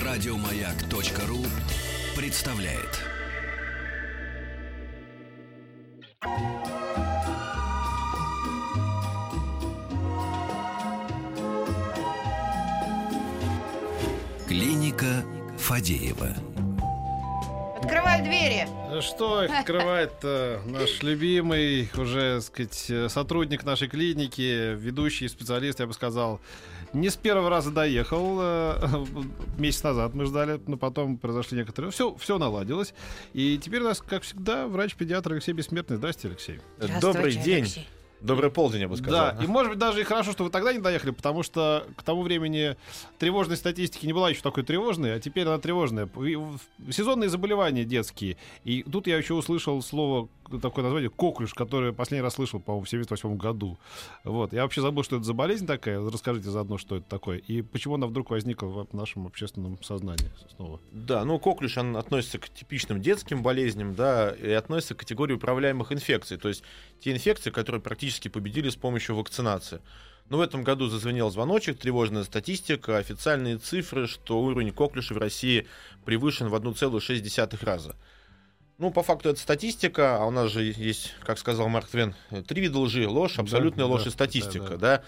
Радиомаяк.ру представляет. Клиника Фадеева. Открывай двери. Что их открывает наш любимый уже, так сказать, сотрудник нашей клиники, ведущий специалист, я бы сказал, не с первого раза доехал. Месяц назад мы ждали, но потом произошли некоторые... Все наладилось. И теперь у нас, как всегда, врач-педиатр Алексей Бессмертный. Здравствуйте, Алексей. Добрый день. Алексей. Добрый полдень, я бы сказал. Да, и может быть даже и хорошо, что вы тогда не доехали, потому что к тому времени тревожной статистики не была еще такой тревожной, а теперь она тревожная. Сезонные заболевания детские. И тут я еще услышал слово, такое название, коклюш, которое последний раз слышал, по-моему, в 1978 году. Вот. Я вообще забыл, что это за болезнь такая. Расскажите заодно, что это такое. И почему она вдруг возникла в нашем общественном сознании снова. Да, коклюш, он относится к типичным детским болезням, да, и относится к категории управляемых инфекций. То есть те инфекции, которые практически победили с помощью вакцинации. Но в этом году зазвенел звоночек, тревожная статистика, официальные цифры, что уровень коклюша в России превышен в 1,6 раза. По факту это статистика, а у нас же есть, как сказал Марк Твен, 3 вида лжи: ложь, абсолютная ложь и статистика. Да.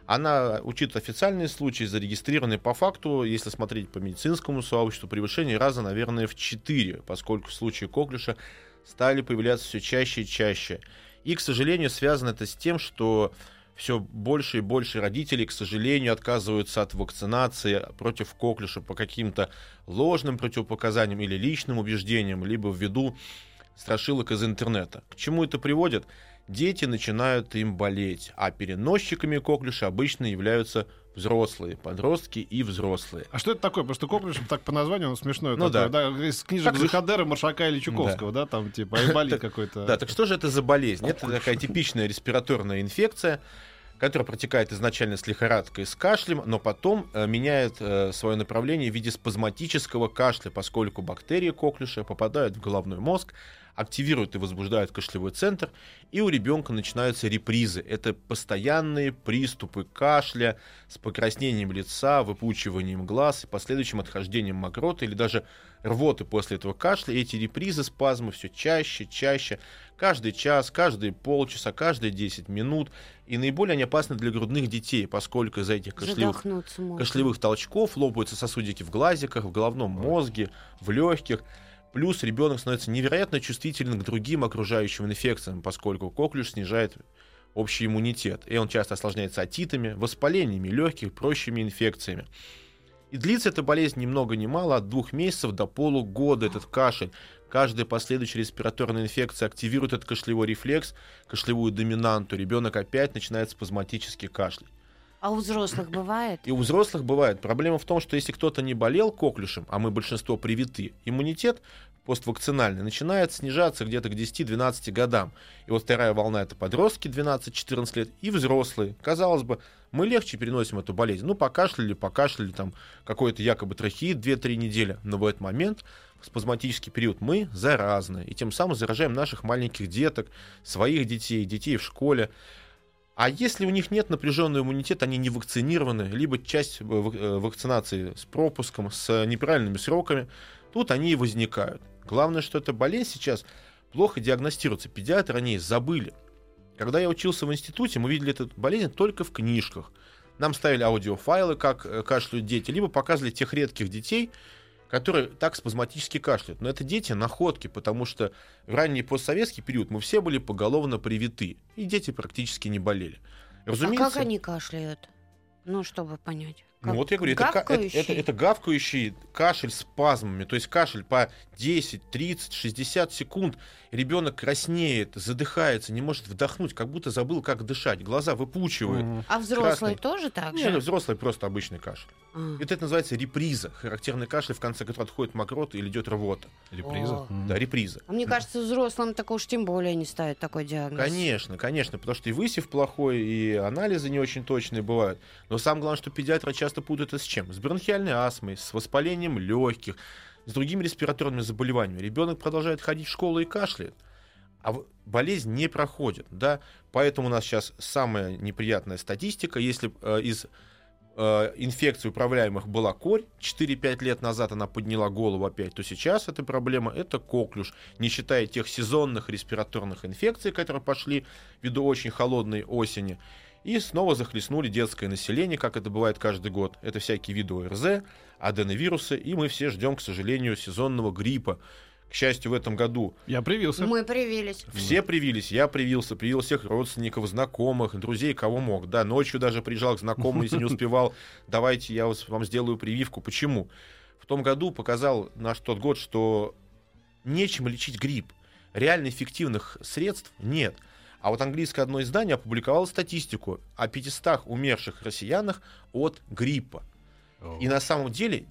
Она учитывает официальные случаи, зарегистрированные по факту, если смотреть по медицинскому сообществу, превышение раза, наверное, в 4, поскольку случаи коклюша стали появляться все чаще и чаще. И, к сожалению, связано это с тем, что все больше и больше родителей, к сожалению, отказываются от вакцинации против коклюша по каким-то ложным противопоказаниям или личным убеждениям, либо ввиду страшилок из интернета. К чему это приводит? Дети начинают им болеть, а переносчиками коклюша обычно являются взрослые, подростки и взрослые. А что это такое? Потому что коклюш, так по названию, он смешной. Да. Из книжек Зихадера, Маршака или Чуковского, да, там типа айболит какой-то. Да, так что же это за болезнь? Это такая типичная респираторная инфекция, которая протекает изначально с лихорадкой, с кашлем, но потом меняет свое направление в виде спазматического кашля, поскольку бактерии коклюша попадают в головной мозг, активируют и возбуждают кашлевой центр, и у ребенка начинаются репризы. Это постоянные приступы кашля с покраснением лица, выпучиванием глаз и последующим отхождением мокроты или даже рвоты после этого кашля. И эти репризы, спазмы все чаще, каждый час, каждые полчаса, каждые 10 минут. И наиболее они опасны для грудных детей, поскольку из-за этих кашлевых толчков лопаются сосудики в глазиках, в головном мозге, в легких. Плюс ребенок становится невероятно чувствителен к другим окружающим инфекциям, поскольку коклюш снижает общий иммунитет. И он часто осложняется отитами, воспалениями легких, прочими инфекциями. И длится эта болезнь ни много ни мало, от 2 месяцев до полугода этот кашель. Каждая последующая респираторная инфекция активирует этот кашлевой рефлекс, кашлевую доминанту. Ребенок опять начинает спазматически кашлять. А у взрослых бывает? И у взрослых бывает. Проблема в том, что если кто-то не болел коклюшем, а мы большинство привиты, иммунитет поствакцинальный начинает снижаться где-то к 10-12 годам. И вот вторая волна — это подростки 12-14 лет и взрослые. Казалось бы, мы легче переносим эту болезнь. Покашляли, там какой-то якобы трахеит 2-3 недели. Но в этот момент, в спазматический период, мы заразны. И тем самым заражаем наших маленьких деток, своих детей, детей в школе. А если у них нет напряженного иммунитета, они не вакцинированы, либо часть вакцинации с пропуском, с неправильными сроками, тут они и возникают. Главное, что эта болезнь сейчас плохо диагностируется. Педиатры о ней забыли. Когда я учился в институте, мы видели эту болезнь только в книжках. Нам ставили аудиофайлы, как кашляют дети, либо показывали тех редких детей, которые так спазматически кашляют. Но это дети находки, потому что в ранний постсоветский период мы все были поголовно привиты, и дети практически не болели. Разумеется, а как они кашляют? Чтобы понять. Я говорю, это гавкающий кашель с спазмами, то есть кашель по 10, 30, 60 секунд. Ребенок краснеет, задыхается, не может вдохнуть, как будто забыл, как дышать, глаза выпучивают. А взрослые тоже так же? Нет, взрослый просто обычный кашель. Это называется реприза, характерный кашель, в конце которого отходит мокрота или идет рвота. Реприза? Да, реприза. А мне кажется, взрослым так уж тем более не ставят такой диагноз. Конечно, потому что и высев плохой, и анализы не очень точные бывают. Но самое главное, что педиатры часто путают это с чем? С бронхиальной астмой, с воспалением легких, с другими респираторными заболеваниями. Ребенок продолжает ходить в школу и кашляет, а болезнь не проходит. Да? Поэтому у нас сейчас самая неприятная статистика. Если из инфекций управляемых была корь, 4-5 лет назад она подняла голову опять, то сейчас эта проблема — это коклюш, не считая тех сезонных респираторных инфекций, которые пошли ввиду очень холодной осени, и снова захлестнули детское население, как это бывает каждый год. Это всякие виды ОРЗ, аденовирусы, и мы все ждем, к сожалению, сезонного гриппа. К счастью, в этом году Я привился. Мы привились. все привились, я привился, привил всех родственников, знакомых, друзей, кого мог. Да, ночью даже приезжал к знакомым, если не успевал. Давайте я вам сделаю прививку. Почему? В том году показал наш тот год, что нечем лечить грипп. Реально эффективных средств нет. А вот английское одно издание опубликовало статистику о 500 умерших россиянах от гриппа. И на самом деле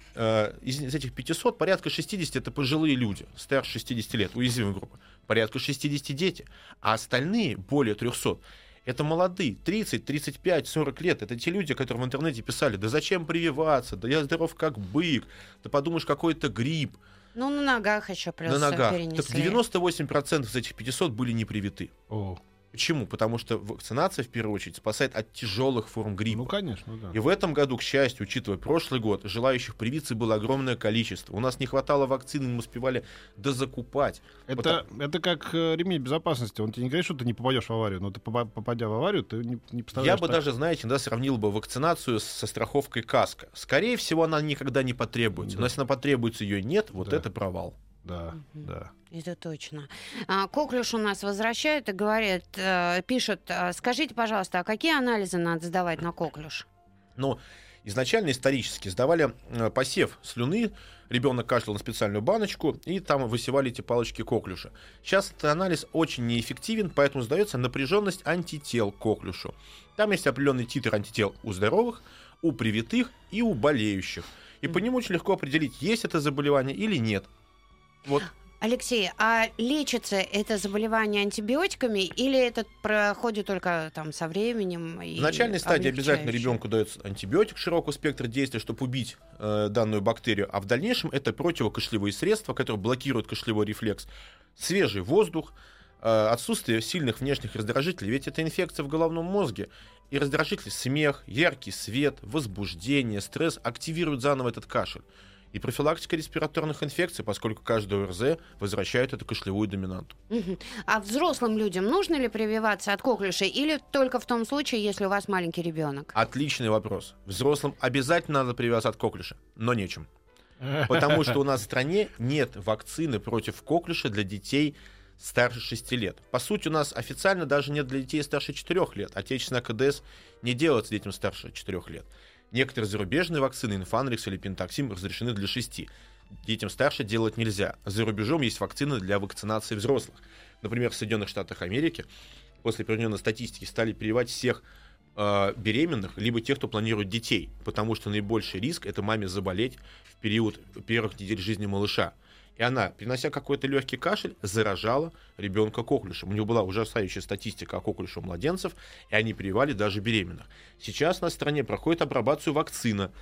из этих 500 порядка 60 это пожилые люди, старше 60 лет, уязвимая группа. Порядка 60 дети. А остальные, более 300, это молодые, 30, 35, 40 лет. Это те люди, которые в интернете писали: да зачем прививаться, да я здоров как бык, да подумаешь, какой-то грипп. Ну, на ногах еще плюс На ногах. перенесли. Так 98% из этих 500 были не привиты. О, Почему? Потому что вакцинация, в первую очередь, спасает от тяжелых форм гриппа. ну, конечно, да. И в этом году, к счастью, учитывая прошлый год, желающих привиться было огромное количество. У нас не хватало вакцины, мы успевали дозакупать. Это как ремень безопасности. Он тебе не говорит, что ты не попадешь в аварию, но ты, попадя в аварию, ты не представляешь. Я бы даже, знаете, сравнил бы вакцинацию со страховкой КАСКО. Скорее всего, она никогда не потребуется. Да. Но если она потребуется, ее нет, вот Да. это провал. Да, да. Это точно. Коклюш у нас возвращают и говорят, пишут: скажите, пожалуйста, а какие анализы надо сдавать на коклюш? Но изначально исторически сдавали посев слюны, ребенок кашлял на специальную баночку, и там высевали эти палочки коклюша. Сейчас этот анализ очень неэффективен, поэтому сдается напряженность антител к коклюшу. Там есть определенный титр антител у здоровых, у привитых и у болеющих. И по нему очень легко определить, есть это заболевание или нет. Вот. Алексей, а лечится это заболевание антибиотиками или это проходит только там со временем? И В начальной стадии обязательно облегчающее? ребенку дается антибиотик широкого спектра действия, чтобы убить данную бактерию, а в дальнейшем это противокашлевые средства, которые блокируют кашлевой рефлекс, свежий воздух, отсутствие сильных внешних раздражителей, ведь это инфекция в головном мозге, и раздражитель смех, яркий свет, возбуждение, стресс активируют заново этот кашель. И профилактика респираторных инфекций, поскольку каждый ОРЗ возвращает эту кашлевую доминанту. Мгм. А взрослым людям нужно ли прививаться от коклюша или только в том случае, если у вас маленький ребенок? Отличный вопрос. Взрослым обязательно надо прививаться от коклюша, но нечем. Потому что у нас в стране нет вакцины против коклюша для детей старше 6 лет. По сути, у нас официально даже нет для детей старше 4 лет. Отечественная КДС не делается детям старше 4 лет. Некоторые зарубежные вакцины, Инфанрикс или Пентаксим, разрешены для 6. Детям старше делать нельзя. За рубежом есть вакцины для вакцинации взрослых. Например, в Соединенных Штатах Америки после проведенной статистики стали прививать всех беременных, либо тех, кто планирует детей, потому что наибольший риск — это маме заболеть в период первых недель жизни малыша. И она, принося какой-то легкий кашель, заражала ребенка коклюшем. У него была ужасающая статистика о коклюше у младенцев, и они прививали даже беременных. Сейчас на стране проходит апробацию вакцина,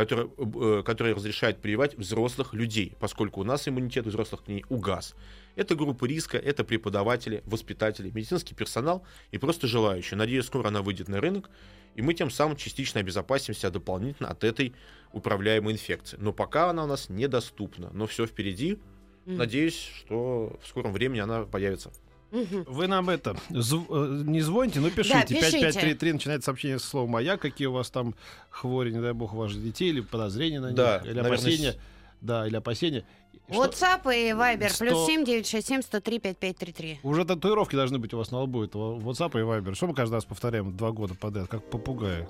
которая разрешает прививать взрослых людей, поскольку у нас иммунитет у взрослых к ней угас. Это группа риска, это преподаватели, воспитатели, медицинский персонал и просто желающие. Надеюсь, скоро она выйдет на рынок, и мы тем самым частично обезопасимся дополнительно от этой управляемой инфекции. Но пока она у нас недоступна. Но все впереди. Надеюсь, что в скором времени она появится. Вы нам не звоните, но пишите. Да, пишите. 5533 начинается сообщение со словом «Маяк». Какие у вас там хвори, не дай бог, у ваших детей, или подозрения на них, Да, или наверное, опасения. Да, или опасения. WhatsApp и Viber. 100. +7 967 103 5533. Уже татуировки должны быть у вас на лбу, это WhatsApp и Viber. Что мы каждый раз повторяем 2 года подряд, как попугаи?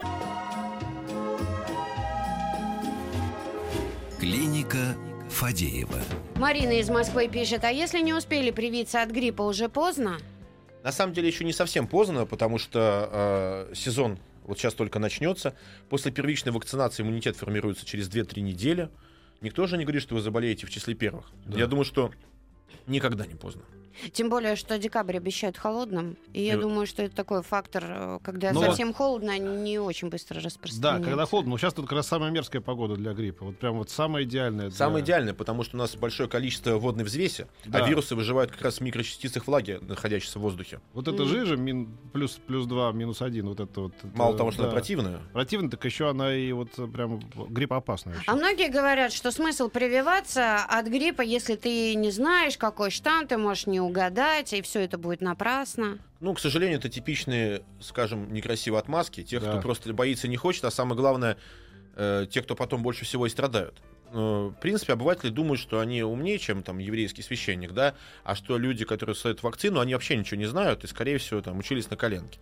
Клиника Фадеева. Марина из Москвы пишет: а если не успели привиться от гриппа, уже поздно? На самом деле еще не совсем поздно, потому что сезон вот сейчас только начнется. После первичной вакцинации иммунитет формируется через 2-3 недели. Никто же не говорит, что вы заболеете в числе первых. Да. Я думаю, что Никогда не поздно. Тем более, что декабрь обещают холодным. И я думаю, что это такой фактор, когда Ну, совсем холодно, они не очень быстро Да, распространяются. когда холодно. Но сейчас тут как раз самая мерзкая погода для гриппа. Вот прям вот самая идеальная. Самое идеальное, потому что у нас большое количество водной взвеси, Да. а вирусы выживают как раз в микрочастицах влаги, находящихся в воздухе. Вот эта жижа плюс 2, минус 1, вот это вот. Мало того, что да. она противная. Противно, так еще она и вот прям гриппоопасная. А многие говорят, что смысл прививаться от гриппа, если ты не знаешь, какой штамм, ты можешь не угадать, и все это будет напрасно. Ну, к сожалению, это типичные, скажем, некрасивые отмазки. Тех, Да. кто просто боится и не хочет, а самое главное, те, кто потом больше всего и страдают. В принципе, обыватели думают, что они умнее, чем там еврейский священник, да, а что люди, которые ставят вакцину, они вообще ничего не знают и, скорее всего, там учились на коленке.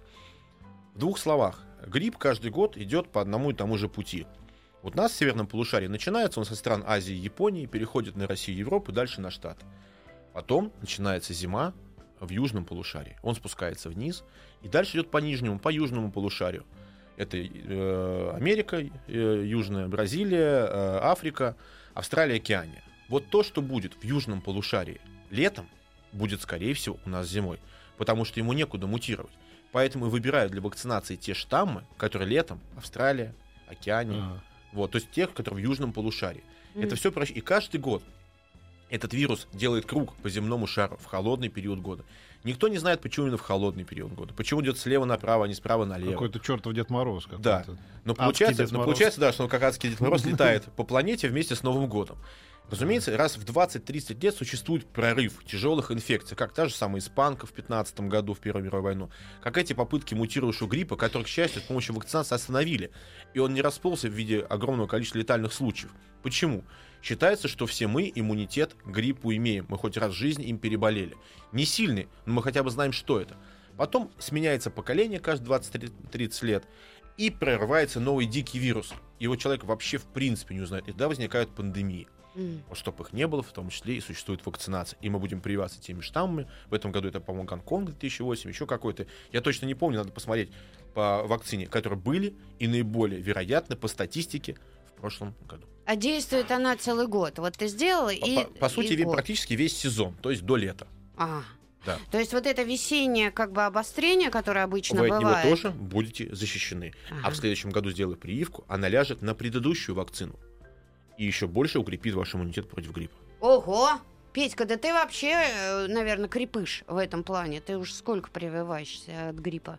В двух словах. Грипп каждый год идет по одному и тому же пути. Вот у нас в северном полушарии начинается он со стран Азии и Японии, переходит на Россию и Европу, дальше на Штаты. Потом начинается зима в южном полушарии. Он спускается вниз и дальше идет по нижнему, по южному полушарию. Это Америка, Южная Бразилия, Африка, Австралия, Океания. Вот то, что будет в южном полушарии летом, будет, скорее всего, у нас зимой, потому что ему некуда мутировать. Поэтому и выбирают для вакцинации те штаммы, которые летом Австралия, Океания, вот, то есть тех, которые в южном полушарии. Это все проще. И каждый год этот вирус делает круг по земному шару в холодный период года. Никто не знает, почему именно в холодный период года. Почему идет слева направо, а не справа налево. Какой-то чертов Дед Мороз. Да. Но получается, да, что он как адский Дед Мороз летает по планете вместе с Новым годом. Разумеется, раз в 20-30 лет существует прорыв тяжелых инфекций, как та же самая испанка в 15 году, в Первую мировую войну, как эти попытки мутировавшего гриппа, которых, к счастью, с помощью вакцинации остановили. И он не расползся в виде огромного количества летальных случаев. Почему? Считается, что все мы иммунитет к гриппу имеем. Мы хоть раз в жизни им переболели. Не сильный, но мы хотя бы знаем, что это. Потом сменяется поколение каждые 20-30 лет, и прорывается новый дикий вирус. Его человек вообще в принципе не узнает. И тогда возникают пандемии. Вот чтобы их не было, в том числе и существует вакцинация. И мы будем прививаться теми штаммами. В этом году это, по-моему, Гонконг 2008, еще какой-то. Я точно не помню, надо посмотреть по вакцине, которые были и наиболее вероятны по статистике в прошлом году. А действует она целый год. Вот ты сделала и... По сути, и практически весь сезон, то есть до лета. Да. То есть вот это весеннее как бы обострение, которое обычно Вы от него бывает... тоже будете защищены. А в следующем году, сделав прививку, она ляжет на предыдущую вакцину. И еще больше укрепит ваш иммунитет против гриппа. Ого! Петька, да ты вообще, наверное, крепыш в этом плане. Ты уж сколько прививаешься от гриппа?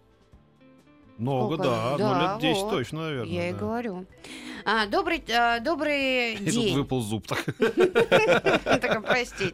Много, Сколько? да. Да, Ну, лет 10 вот. точно, наверное. Я и да. говорю. Добрый И тут день. выпал зуб. Так. Так, простите.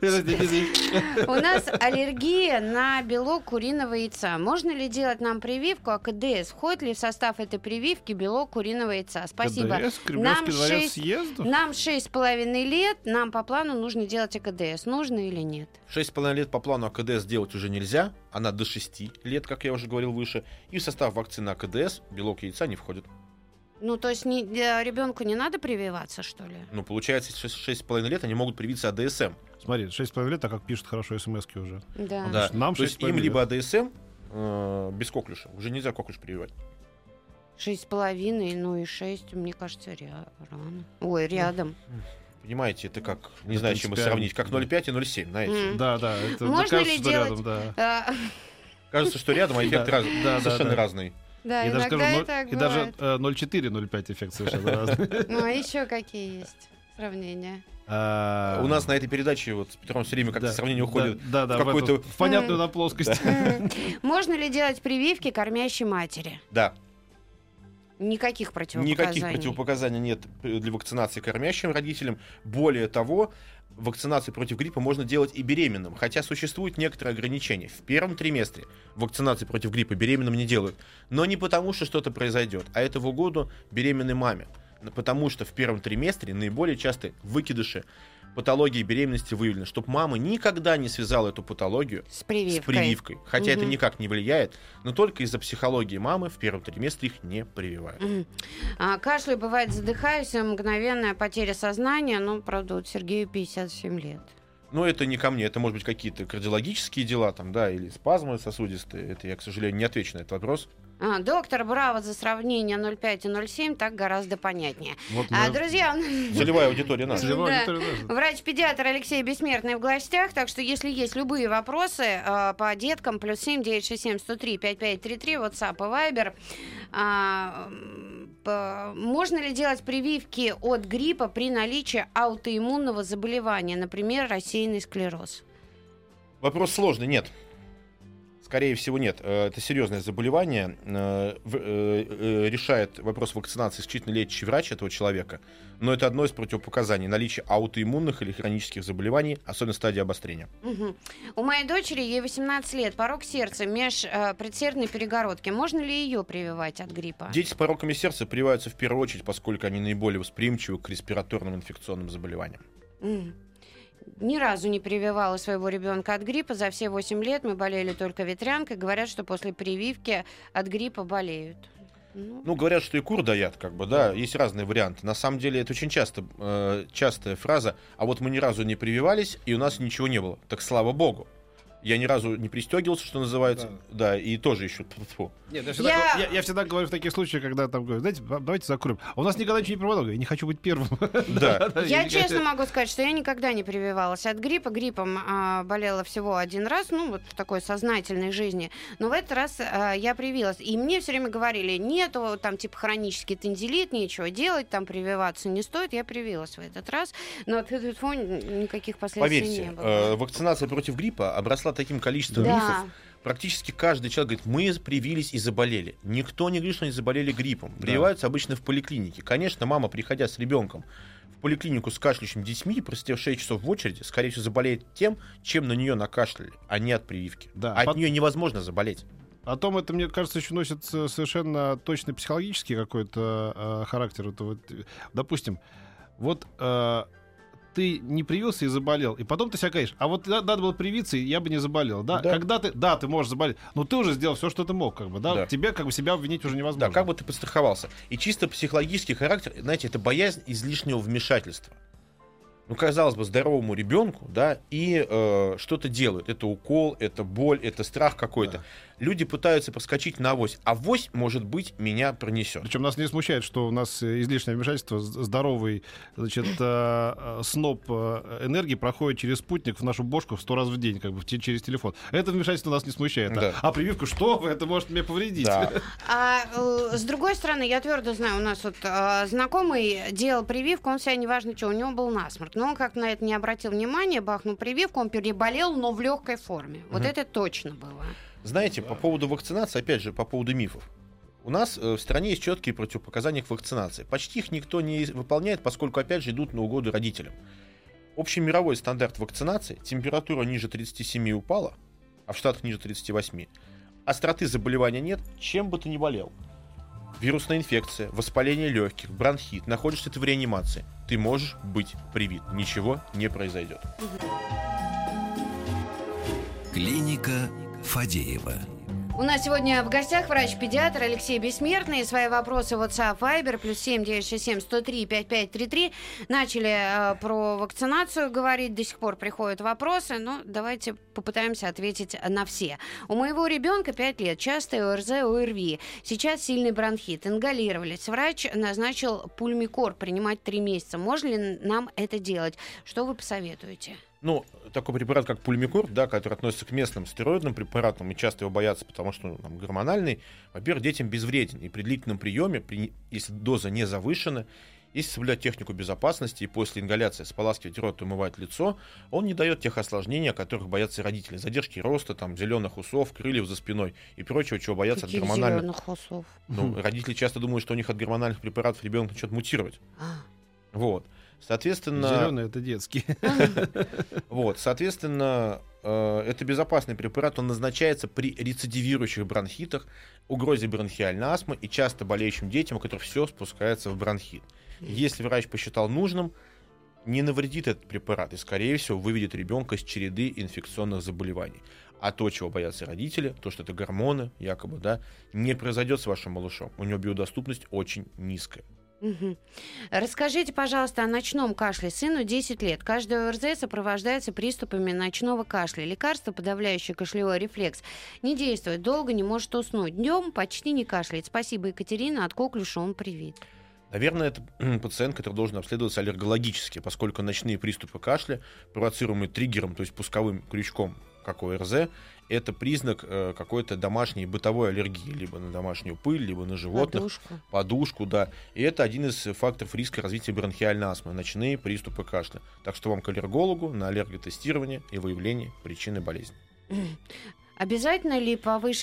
У нас аллергия на белок куриного яйца. Можно ли делать нам прививку АКДС? Входит ли в состав этой прививки белок куриного яйца? Спасибо. КДС, Кремлевский дворец 6 съездов? Нам 6,5 лет, нам по плану нужно делать АКДС. Нужно или нет? 6,5 лет по плану АКДС делать уже нельзя. Она до 6 лет, как я уже говорил выше. И в состав вакцины АКДС белок яйца не входит. Ну, то есть ребенку не надо прививаться, что ли? Ну, получается, 6,5 лет они могут привиться АДСМ. Смотри, 6,5 лет, так как пишут хорошо смс-ки уже. Да. Да. Нам То есть 6,5 им лет. либо АДСМ без коклюша. Уже нельзя коклюш прививать. 6,5, ну и 6, мне кажется, рано. Ой, рядом. Понимаете, это как, не Это знаю, с чем принципиально. сравнить, как 0,5 и 0,7, знаете. Да, да. Это Можно кажется, ли что делать- рядом, да. Кажется, что рядом, а эффект Да, совершенно да. разный. Да, Я даже иногда скажу, и так и даже бывает. 0,4-0,5 эффект совершенно разный. Ну, а еще какие есть сравнения? У нас на этой передаче вот с Петром все время как-то сравнение уходит Да, в в какой-то... эту, в понятную нам плоскость. Можно ли делать прививки кормящей матери? Да, Никаких противопоказаний. никаких противопоказаний нет для вакцинации кормящим родителям. Более того, вакцинацию против гриппа можно делать и беременным, хотя существуют некоторые ограничения. В первом триместре вакцинации против гриппа беременным не делают, но не потому, что что-то произойдет, а это в угоду беременной маме. Потому что в первом триместре наиболее часто выкидыши патологии беременности выявлены, чтобы мама никогда не связала эту патологию С прививкой. с прививкой. Хотя это Мгм. никак не влияет, но только из-за психологии мамы в первом триместре их не прививают. Кашляю, бывает, задыхаюсь, мгновенная потеря сознания. Ну, правда, вот Сергею 57 лет. Но это не ко мне, это может быть какие-то кардиологические дела, там, да, или спазмы сосудистые. Это я, к сожалению, не отвечу на этот вопрос. Доктор, браво за сравнение 0,5 и 0,7, так гораздо понятнее. Вот, Друзья, Целевая аудитория наша. врач-педиатр Алексей Бессмертный в гостях, так что если есть любые вопросы по деткам, +7 967 103 5533, WhatsApp и Viber. Можно ли делать прививки от гриппа при наличии аутоиммунного заболевания, например, рассеянный склероз? Вопрос сложный, нет. Скорее всего, нет. Это серьезное заболевание. Решает вопрос вакцинации исключительно лечащий врач этого человека. Но это одно из противопоказаний. Наличие аутоиммунных или хронических заболеваний, особенно в стадии обострения. Угу. У моей дочери, ей 18 лет, порок сердца, межпредсердной перегородки. Можно ли ее прививать от гриппа? Дети с пороками сердца прививаются в первую очередь, поскольку они наиболее восприимчивы к респираторным инфекционным заболеваниям. Ни разу не прививала своего ребенка от гриппа. За все 8 лет мы болели только ветрянкой. Говорят, что после прививки от гриппа болеют. Говорят, что и кур даят, да, есть разные варианты. На самом деле, это очень частая фраза, а вот мы ни разу не прививались, и у нас ничего не было. Так слава богу. Я ни разу не пристегивался, что называется, да и тоже еще. Нет, я всегда говорю в таких случаях, когда там говорят, знаете, давайте закроем. А у нас никогда ничего не прививало, я не хочу быть первым. Да. Я честно могу сказать, что я никогда не прививалась от гриппа. Гриппом болела всего один раз, вот в такой сознательной жизни. Но в этот раз я привилась. И мне все время говорили, нету там типа хронический тензилит, нечего делать, там прививаться не стоит. Я привилась в этот раз, но никаких последствий не было. Поверьте, вакцинация против гриппа обросла таким количеством мифов. Практически каждый человек говорит, мы привились и заболели. Никто не говорит, что они заболели гриппом. Прививаются обычно в поликлинике. Конечно, мама, приходя с ребенком в поликлинику с кашляющими детьми, просидев 6 часов в очереди, скорее всего, заболеет тем, чем на нее накашляли, а не от прививки. От нее невозможно заболеть. Потом это, мне кажется, еще носит совершенно точный психологический какой-то характер. Допустим, ты не привился и заболел, и потом ты себя говоришь, а вот надо было привиться, и я бы не заболел, да? Когда ты можешь заболеть, но ты уже сделал все, что ты мог, да? Тебе себя обвинить уже невозможно. Да, как бы ты подстраховался. И чисто психологический характер, знаете, это боязнь излишнего вмешательства. Казалось бы, здоровому ребенку, и что-то делают. Это укол, это боль, это страх какой-то. Да. Люди пытаются проскочить на авось. Авось, может быть, меня пронесет. Причем нас не смущает, что у нас излишнее вмешательство, здоровый, сноп энергии проходит через спутник в нашу бошку 100 раз в день, через телефон. Это вмешательство нас не смущает. Да. А прививка, что? Это может мне повредить. Да. С другой стороны, я твердо знаю, у нас знакомый делал прививку, он себя неважно что, у него был насморк. Но он как на это не обратил внимания, бахнул прививку, он переболел, но в легкой форме. Вот это точно было. Знаете, по поводу вакцинации, опять же, по поводу мифов. У нас в стране есть четкие противопоказания к вакцинации. Почти их никто не выполняет, поскольку, опять же, идут на угоду родителям. Общемировой стандарт вакцинации: температура ниже 37 упала, а в Штатах ниже 38. Остроты заболевания нет, чем бы ты ни болел. Вирусная инфекция, воспаление легких, бронхит, находишься ты в реанимации. Ты можешь быть привит. Ничего не произойдет. Клиника Фадеева. У нас сегодня в гостях врач-педиатр Алексей Бессмертный. Свои вопросы WhatsApp, Viber, +7 967 103 5533. Начали про вакцинацию говорить, до сих пор приходят вопросы, но давайте попытаемся ответить на все. У моего ребенка 5 лет, частое ОРЗ, ОРВИ. Сейчас сильный бронхит, ингалировались. Врач назначил пульмикор принимать 3 месяца. Можно ли нам это делать? Что вы посоветуете? Такой препарат, как пульмикор, который относится к местным стероидным препаратам, и часто его боятся, потому что он гормональный, во-первых, детям безвреден. И при длительном приеме, если доза не завышена, если соблюдать технику безопасности и после ингаляции споласкивать рот и умывать лицо, он не дает тех осложнений, о которых боятся родители. Задержки роста, зеленых усов, крыльев за спиной и прочего, чего боятся от гормональных. Зеленых усов? Родители часто думают, что у них от гормональных препаратов ребенок начнет мутировать. Соответственно... Зеленые — это детские. Соответственно, это безопасный препарат, он назначается при рецидивирующих бронхитах, угрозе бронхиальной астмы и часто болеющим детям, у которых все спускается в бронхит. Если врач посчитал нужным, не навредит этот препарат и, скорее всего, выведет ребенка из череды инфекционных заболеваний. А то, чего боятся родители, то, что это гормоны, якобы, не произойдет с вашим малышом. У него биодоступность очень низкая. Угу. Расскажите, пожалуйста, о ночном кашле. Сыну 10 лет. Каждый ОРЗ сопровождается приступами ночного кашля. Лекарство, подавляющее кашлевой рефлекс, не действует долго, не может уснуть. Днем почти не кашляет. Спасибо, Екатерина, от коклюша он привит. Наверное, это пациент, который должен обследоваться аллергологически, поскольку ночные приступы кашля, провоцируемые триггером, то есть пусковым крючком, как ОРЗ, это признак какой-то домашней бытовой аллергии, либо на домашнюю пыль, либо на животных, подушку, да. И это один из факторов риска развития бронхиальной астмы, ночные приступы кашля. Так что вам к аллергологу на аллерготестирование и выявление причины болезни. Обязательно ли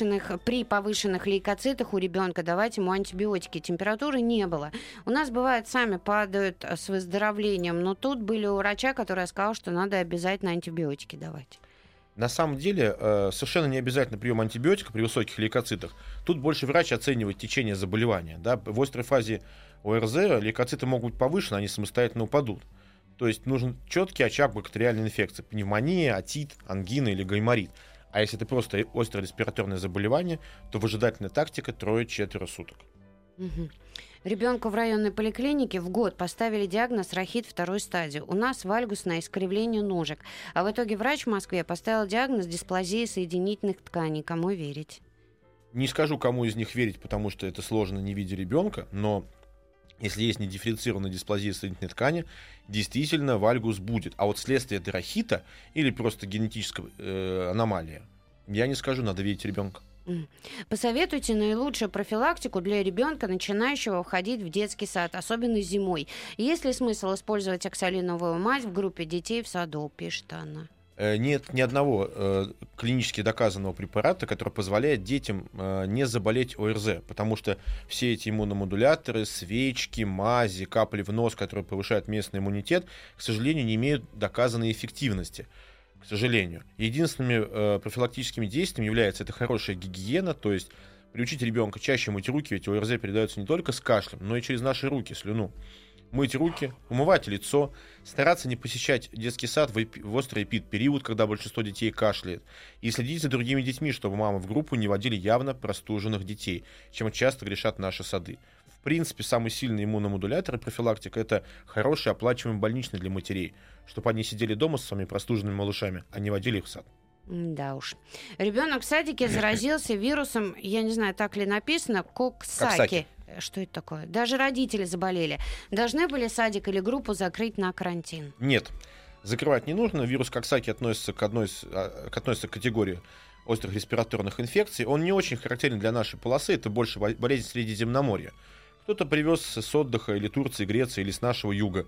при повышенных лейкоцитах у ребенка давать ему антибиотики? Температуры не было. У нас бывает, сами падают с выздоровлением, но тут были у врача, который сказал, что надо обязательно антибиотики давать. На самом деле совершенно не обязательно прием антибиотика при высоких лейкоцитах. Тут больше врач оценивает течение заболевания. Да? В острой фазе ОРЗ лейкоциты могут быть повышены, они самостоятельно упадут. То есть нужен четкий очаг бактериальной инфекции. Пневмония, отит, ангина или гайморит. А если это просто острое респираторное заболевание, то выжидательная тактика 3-4 суток. Угу. Ребенку в районной поликлинике в год поставили диагноз рахит 2 стадии. У нас вальгусное искривление ножек. А в итоге врач в Москве поставил диагноз дисплазии соединительных тканей. Кому верить? Не скажу, кому из них верить, потому что это сложно не видя ребенка, но если есть недифференцированная дисплазия соединительной ткани, действительно вальгус будет. А вот следствие это рахита или просто генетическая аномалия, я не скажу, надо видеть ребенка. Посоветуйте наилучшую профилактику для ребенка, начинающего входить в детский сад, особенно зимой. Есть ли смысл использовать оксалиновую мазь в группе детей в саду, пишет Анна? Нет ни одного клинически доказанного препарата, который позволяет детям не заболеть ОРЗ, потому что все эти иммуномодуляторы, свечки, мази, капли в нос, которые повышают местный иммунитет, к сожалению, не имеют доказанной эффективности. К сожалению. Единственными профилактическими действиями является это хорошая гигиена, то есть приучить ребенка чаще мыть руки, ведь ОРЗ передается не только с кашлем, но и через наши руки, слюну. Мыть руки, умывать лицо, стараться не посещать детский сад в острый эпид-период, когда большинство детей кашляет, и следить за другими детьми, чтобы мамы в группу не водили явно простуженных детей, чем часто грешат наши сады. В принципе, самый сильный иммуномодулятор и профилактика – это хороший оплачиваемый больничный для матерей, чтобы они сидели дома со своими простуженными малышами, а не водили их в сад. Да уж. Ребенок в садике заразился вирусом, я не знаю, так ли написано, Коксаки. Что это такое? Даже родители заболели. Должны были садик или группу закрыть на карантин? Нет, закрывать не нужно. Вирус Коксаки относится к категории острых респираторных инфекций. Он не очень характерен для нашей полосы, это больше болезнь Средиземноморья. Кто-то привез с отдыха или Турции, Греции, или с нашего юга.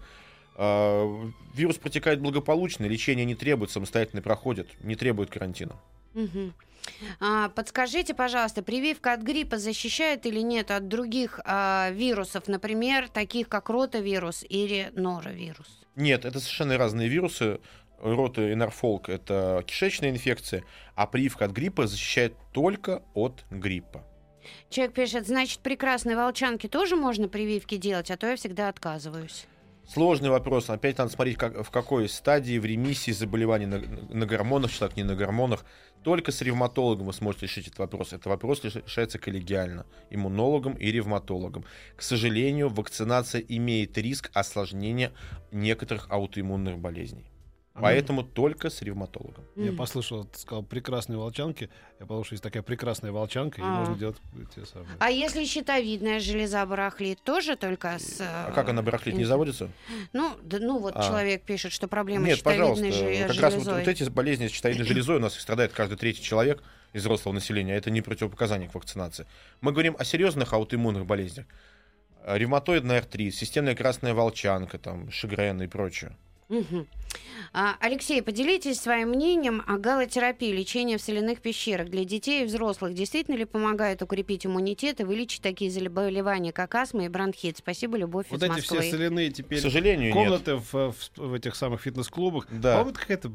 Вирус протекает благополучно, лечение не требует, самостоятельно проходит, не требует карантина. Угу. Подскажите, пожалуйста, прививка от гриппа защищает или нет от других вирусов, например, таких как ротавирус или норовирус? Нет, это совершенно разные вирусы. Рота и норфолк — это кишечная инфекция, а прививка от гриппа защищает только от гриппа. Человек пишет, значит, при красной волчанке тоже можно прививки делать, а то я всегда отказываюсь. Сложный вопрос. Опять надо смотреть, в какой стадии, в ремиссии заболеваний на гормонах, человек не на гормонах. Только с ревматологом вы сможете решить этот вопрос. Этот вопрос решается коллегиально, иммунологом и ревматологом. К сожалению, вакцинация имеет риск осложнения некоторых аутоиммунных болезней. Поэтому только с ревматологом. Я послушал, ты сказал, прекрасные волчанки. Я подумал, что есть такая прекрасная волчанка, и можно делать те самые. А если щитовидная железа барахлит, тоже только с... А как она барахлит, не заводится? Человек пишет, что проблема Нет, щитовидной железой. Нет, пожалуйста, как раз вот эти болезни с щитовидной железой у нас страдает каждый третий человек из взрослого населения. Это не противопоказание к вакцинации. Мы говорим о серьезных аутоиммунных болезнях. Ревматоидный артрит, системная красная волчанка, там, Шегрен и прочее. Угу. Алексей, поделитесь своим мнением о галотерапии, лечении в соляных пещерах для детей и взрослых. Действительно ли помогает укрепить иммунитет и вылечить такие заболевания, как астма и бронхит? Спасибо, Любовь из Москвы. Вот эти все соляные теперь к сожалению, комнаты в этих самых фитнес-клубах. Да. По-моему, это какая-то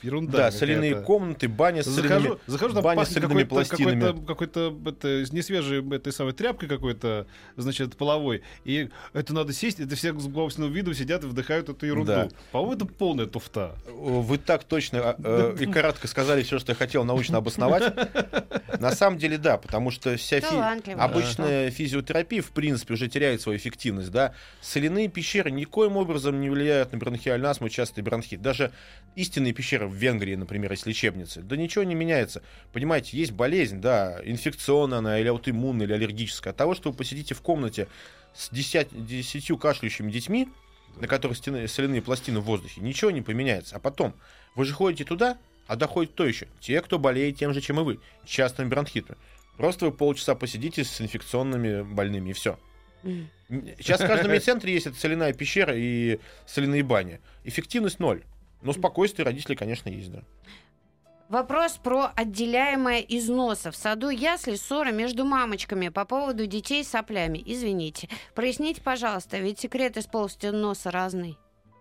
ерунда. Да, соляные комнаты, баня с захожу, там баня с соляными пластинами. Какой-то несвежей этой самой тряпкой какой-то, значит, половой. И это надо сесть, это все с главного виду сидят и вдыхают эту ерунду. Да. По-моему, это полная туфта. Вы так точно и кратко сказали все, что я хотел научно обосновать. На самом деле, да, потому что вся обычная физиотерапия, в принципе, уже теряет свою эффективность. Да? Соляные пещеры никоим образом не влияют на бронхиальную астму, частый бронхит. Даже истинные пещеры в Венгрии, например, есть лечебницы. Да ничего не меняется. Понимаете, есть болезнь, да, инфекционная она, или аутоиммунная, или аллергическая. От того, что вы посидите в комнате с 10 кашляющими детьми, на которых соляные пластины в воздухе, ничего не поменяется. А потом, вы же ходите туда, а доходит кто еще? Те, кто болеет тем же, чем и вы, частным бронхитом. Просто вы полчаса посидите с инфекционными больными, и все. Сейчас в каждом медцентре есть эта соляная пещера и соляные бани. Эффективность 0. Но спокойствие родителей, конечно, есть, да. Вопрос про отделяемое из носа. В саду ясли ссора между мамочками по поводу детей с соплями. Извините. Проясните, пожалуйста, ведь секрет из полости носа разный.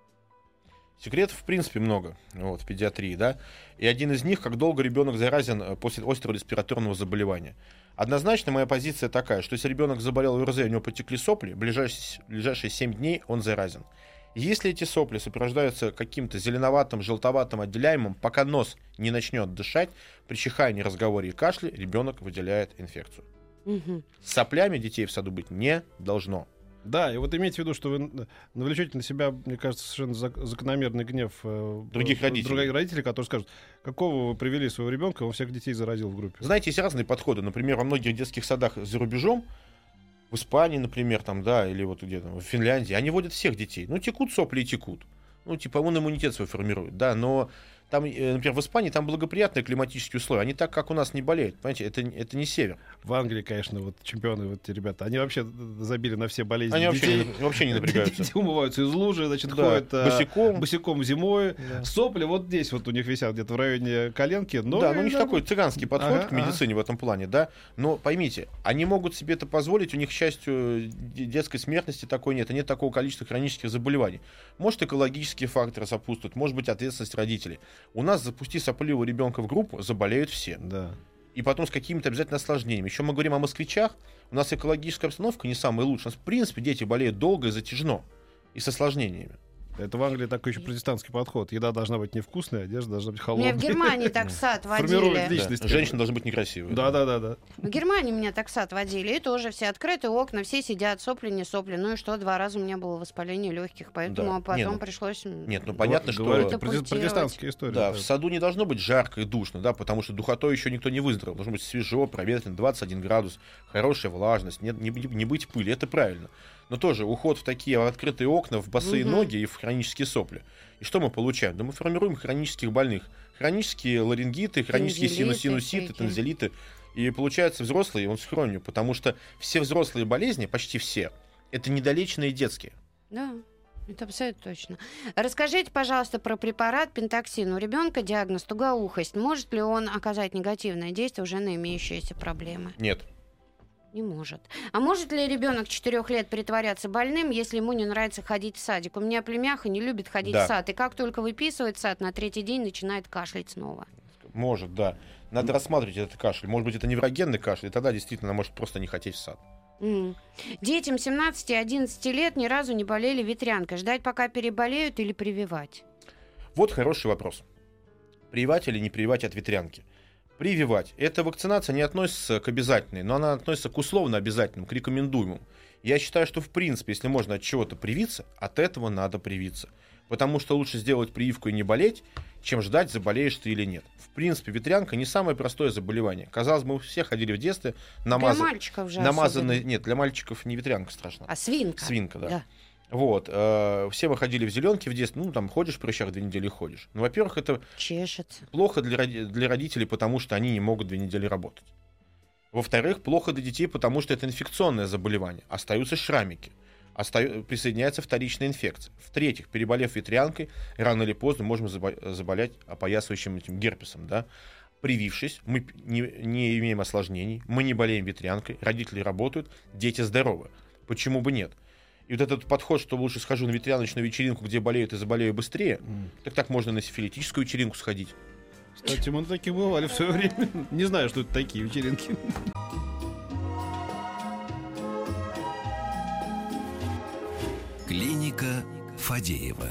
Секретов, в принципе, много в педиатрии, да. И один из них, как долго ребенок заразен после острого респираторного заболевания. Однозначно моя позиция такая, что если ребенок заболел ОРЗ, у него потекли сопли, ближайшие 7 дней он заразен. Если эти сопли сопровождаются каким-то зеленоватым, желтоватым отделяемым, пока нос не начнет дышать, при чихании, разговоре и кашле ребенок выделяет инфекцию. С соплями детей в саду быть не должно. Да, и вот имейте в виду, что вы навлечете на себя, мне кажется, совершенно закономерный гнев других родителей, которые скажут, какого вы привели своего ребенка, он всех детей заразил в группе. Знаете, есть разные подходы. Например, во многих детских садах за рубежом, в Испании, например, там, да, или вот где-то в Финляндии, они водят всех детей. Ну, текут сопли и текут. Ну, типа, он иммунитет свой формирует, да, но там, например, в Испании там благоприятные климатические условия. Они так, как у нас, не болеют. Понимаете, это не север. В Англии, конечно, вот чемпионы, вот эти ребята, они вообще забили на все болезни. Они вообще не напрягаются. Дети умываются из лужи, значит, ходят босиком зимой. Да. Сопли вот здесь вот у них висят где-то в районе коленки. Но да, у них такой цыганский подход к медицине в этом плане, да. Но поймите, они могут себе это позволить, у них, к счастью, детской смертности такой нет, и нет такого количества хронических заболеваний. Может, экологические факторы сопутствуют, может быть, ответственность родителей. У нас запусти сопливого ребенка в группу, заболеют все. Да. И потом с какими-то обязательно осложнениями. Еще мы говорим о москвичах. У нас экологическая обстановка не самая лучшая. У нас, в принципе, дети болеют долго и затяжно. И с осложнениями. Это в Англии такой еще протестантский подход. Еда должна быть невкусная, одежда должна быть холодной. Меня в Германии так в сад водили. Формирует личность. Женщина должна быть некрасивой. Да. В Германии меня так в сад водили. И тоже все открытые окна, все сидят, сопли, не сопли. Ну и что, 2 раза у меня было воспаление легких, поэтому потом пришлось... Нет, ну понятно, что... Это протестантская история. Да, в саду не должно быть жарко и душно, да, потому что духотой еще никто не выздоровел. Должно быть свежо, проветрено, 21 градус, хорошая влажность, не быть пыли, это правильно. Но тоже уход в такие открытые окна, в босые ноги и в хронические сопли. И что мы получаем? Да мы формируем хронических больных. Хронические ларингиты, хронические синуситы, танзелиты. И получается взрослый, он с хронью, потому что все взрослые болезни, почти все, это недолеченные детские. Да. Это абсолютно точно. Расскажите, пожалуйста, про препарат пентоксин. У ребенка диагноз тугоухость. Может ли он оказать негативное действие уже на имеющиеся проблемы? Нет. Не может. А может ли ребенок 4 лет притворяться больным, если ему не нравится ходить в садик? У меня племяха не любит ходить в сад. И как только выписывает сад, на 3-й день начинает кашлять снова. Может, да. Надо рассматривать этот кашель. Может быть, это неврогенный кашель, и тогда действительно она может просто не хотеть в сад. Детям 17-11 лет ни разу не болели ветрянкой. Ждать, пока переболеют, или прививать? Вот хороший вопрос. Прививать или не прививать от ветрянки? Прививать. Эта вакцинация не относится к обязательной, но она относится к условно обязательным, к рекомендуемым. Я считаю, что в принципе, если можно от чего-то привиться, от этого надо привиться. Потому что лучше сделать прививку и не болеть, чем ждать, заболеешь ты или нет. В принципе, ветрянка не самое простое заболевание. Казалось бы, мы все ходили в детстве для мальчиков же намазанные. Нет, для мальчиков не ветрянка страшна. А свинка. Свинка, да. Вот. Все мы ходили в зеленке в детстве. Ну, там ходишь в прыщах 2 недели ходишь. Ну, во-первых, это чешется. Плохо для родителей, потому что они не могут 2 недели работать. Во-вторых, плохо для детей, потому что это инфекционное заболевание. Остаются шрамики. Присоединяется вторичная инфекция. В-третьих, переболев ветрянкой, рано или поздно можем заболеть опоясывающим этим герпесом. Да? Привившись, мы не имеем осложнений, мы не болеем ветрянкой, родители работают, дети здоровы. Почему бы нет? И вот этот подход, что лучше схожу на ветряночную вечеринку, где болеют и заболею быстрее, так можно на сифилитическую вечеринку сходить. Кстати, мы на таких бывали в свое время. Не знаю, что это такие вечеринки. Клиника Фадеева.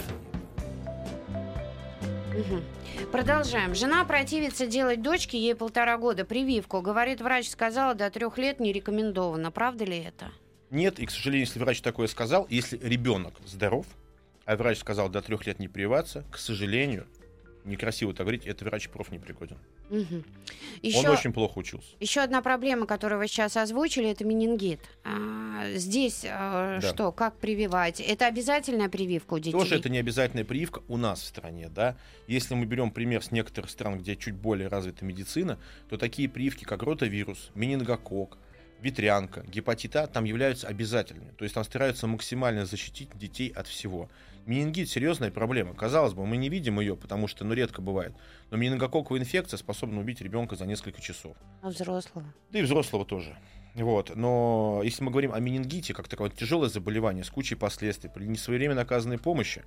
Продолжаем. Жена противится делать дочке, ей 1,5 года, прививку. Говорит, врач сказала, до 3 лет не рекомендовано. Правда ли это? Нет, и, к сожалению, если врач такое сказал, если ребенок здоров, а врач сказал до 3 лет не прививаться, к сожалению, некрасиво так говорить, это врач профнепригоден. Он очень плохо учился. Еще одна проблема, которую вы сейчас озвучили, это менингит. Здесь что, как прививать? Это обязательная прививка у детей? Тоже это не обязательная прививка у нас в стране, да. Если мы берем пример с некоторых стран, где чуть более развита медицина, то такие прививки, как ротавирус, менингококк, ветрянка, гепатит А, там являются обязательными. То есть там стараются максимально защитить детей от всего. Менингит — серьезная проблема. Казалось бы, мы не видим ее, потому что редко бывает. Но менингококковая инфекция способна убить ребенка за несколько часов. А взрослого? Да и взрослого тоже. Вот. Но если мы говорим о менингите, как таковое тяжелое заболевание с кучей последствий, при несвоевременно оказанной помощи,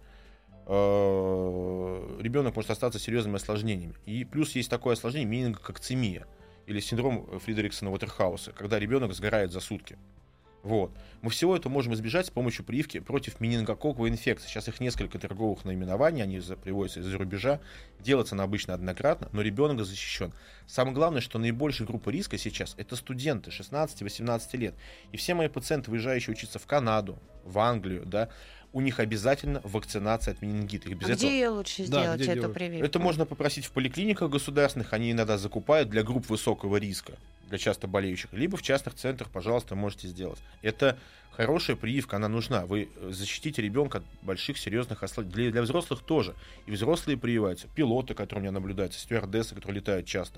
ребенок может остаться с серьезными осложнениями. И плюс есть такое осложнение — менингококцемия, или синдром Фридриксона-Уотерхауса, когда ребенок сгорает за сутки. Вот. Мы всего это можем избежать с помощью прививки против менингококковой инфекции. Сейчас их несколько торговых наименований, они приводятся из-за рубежа. Делается она обычно однократно, но ребенок защищен. Самое главное, что наибольшая группа риска сейчас — это студенты 16-18 лет. И все мои пациенты, выезжающие учиться в Канаду, в Англию, да, у них обязательно вакцинация от менингита. Где ее лучше сделать, эту прививку? Это можно попросить в поликлиниках государственных, они иногда закупают для групп высокого риска, для часто болеющих, либо в частных центрах, пожалуйста, можете сделать. Это хорошая прививка, она нужна. Вы защитите ребенка от больших серьезных осложнений. Для взрослых тоже. И взрослые прививаются. Пилоты, которые у меня наблюдаются, стюардессы, которые летают часто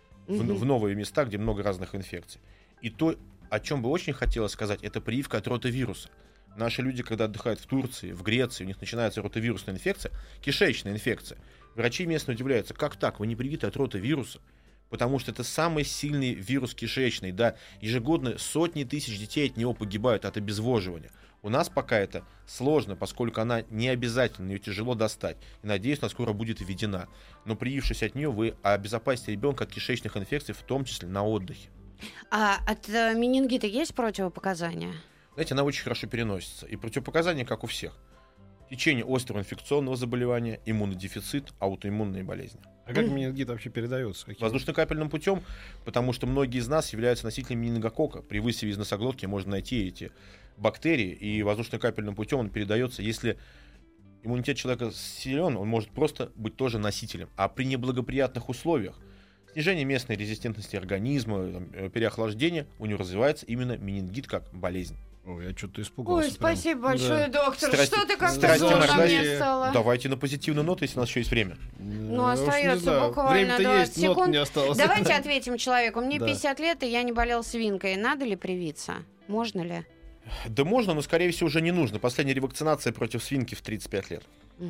в новые места, где много разных инфекций. И то, о чем бы очень хотелось сказать, это прививка от ротавируса. Наши люди, когда отдыхают в Турции, в Греции, у них начинается ротавирусная инфекция, кишечная инфекция. Врачи местно удивляются, как так, вы не привиты от ротавируса? Потому что это самый сильный вирус кишечный, да, ежегодно сотни тысяч детей от него погибают от обезвоживания. У нас пока это сложно, поскольку она не обязательна, ее тяжело достать. И надеюсь, она скоро будет введена. Но привившись от нее, вы обезопасите ребенка от кишечных инфекций, в том числе на отдыхе. А от менингита есть противопоказания? Знаете, она очень хорошо переносится. И противопоказания, как у всех. Течение острого инфекционного заболевания, иммунодефицит, аутоиммунные болезни. А как менингит вообще передается? Воздушно-капельным путем, потому что многие из нас являются носителями менингококка. При высеве из носоглотки можно найти эти бактерии, и воздушно-капельным путем он передается. Если иммунитет человека силен, он может просто быть тоже носителем. А при неблагоприятных условиях, снижение местной резистентности организма, переохлаждение, у него развивается именно менингит как болезнь. Ой, я что-то испугался. Ой, спасибо большое, доктор. Страсти, что ты как-то сложно мне стало? Давайте на позитивную ноту, если у нас еще есть время. Ну, остается буквально 20 секунд. Не осталось. Давайте ответим человеку. Мне 50 лет, и я не болел свинкой. Надо ли привиться? Можно ли? Да можно, но, скорее всего, уже не нужно. Последняя ревакцинация против свинки в 35 лет.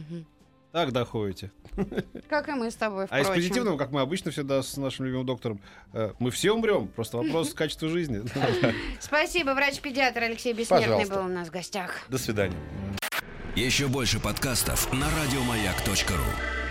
Так доходите. Как и мы с тобой, впрочем. А из позитивного, как мы обычно всегда с нашим любимым доктором, мы все умрем. Просто вопрос качества жизни. Спасибо. Врач-педиатр Алексей Бессмертный был у нас в гостях. До свидания. Еще больше подкастов на радиомаяк.ру.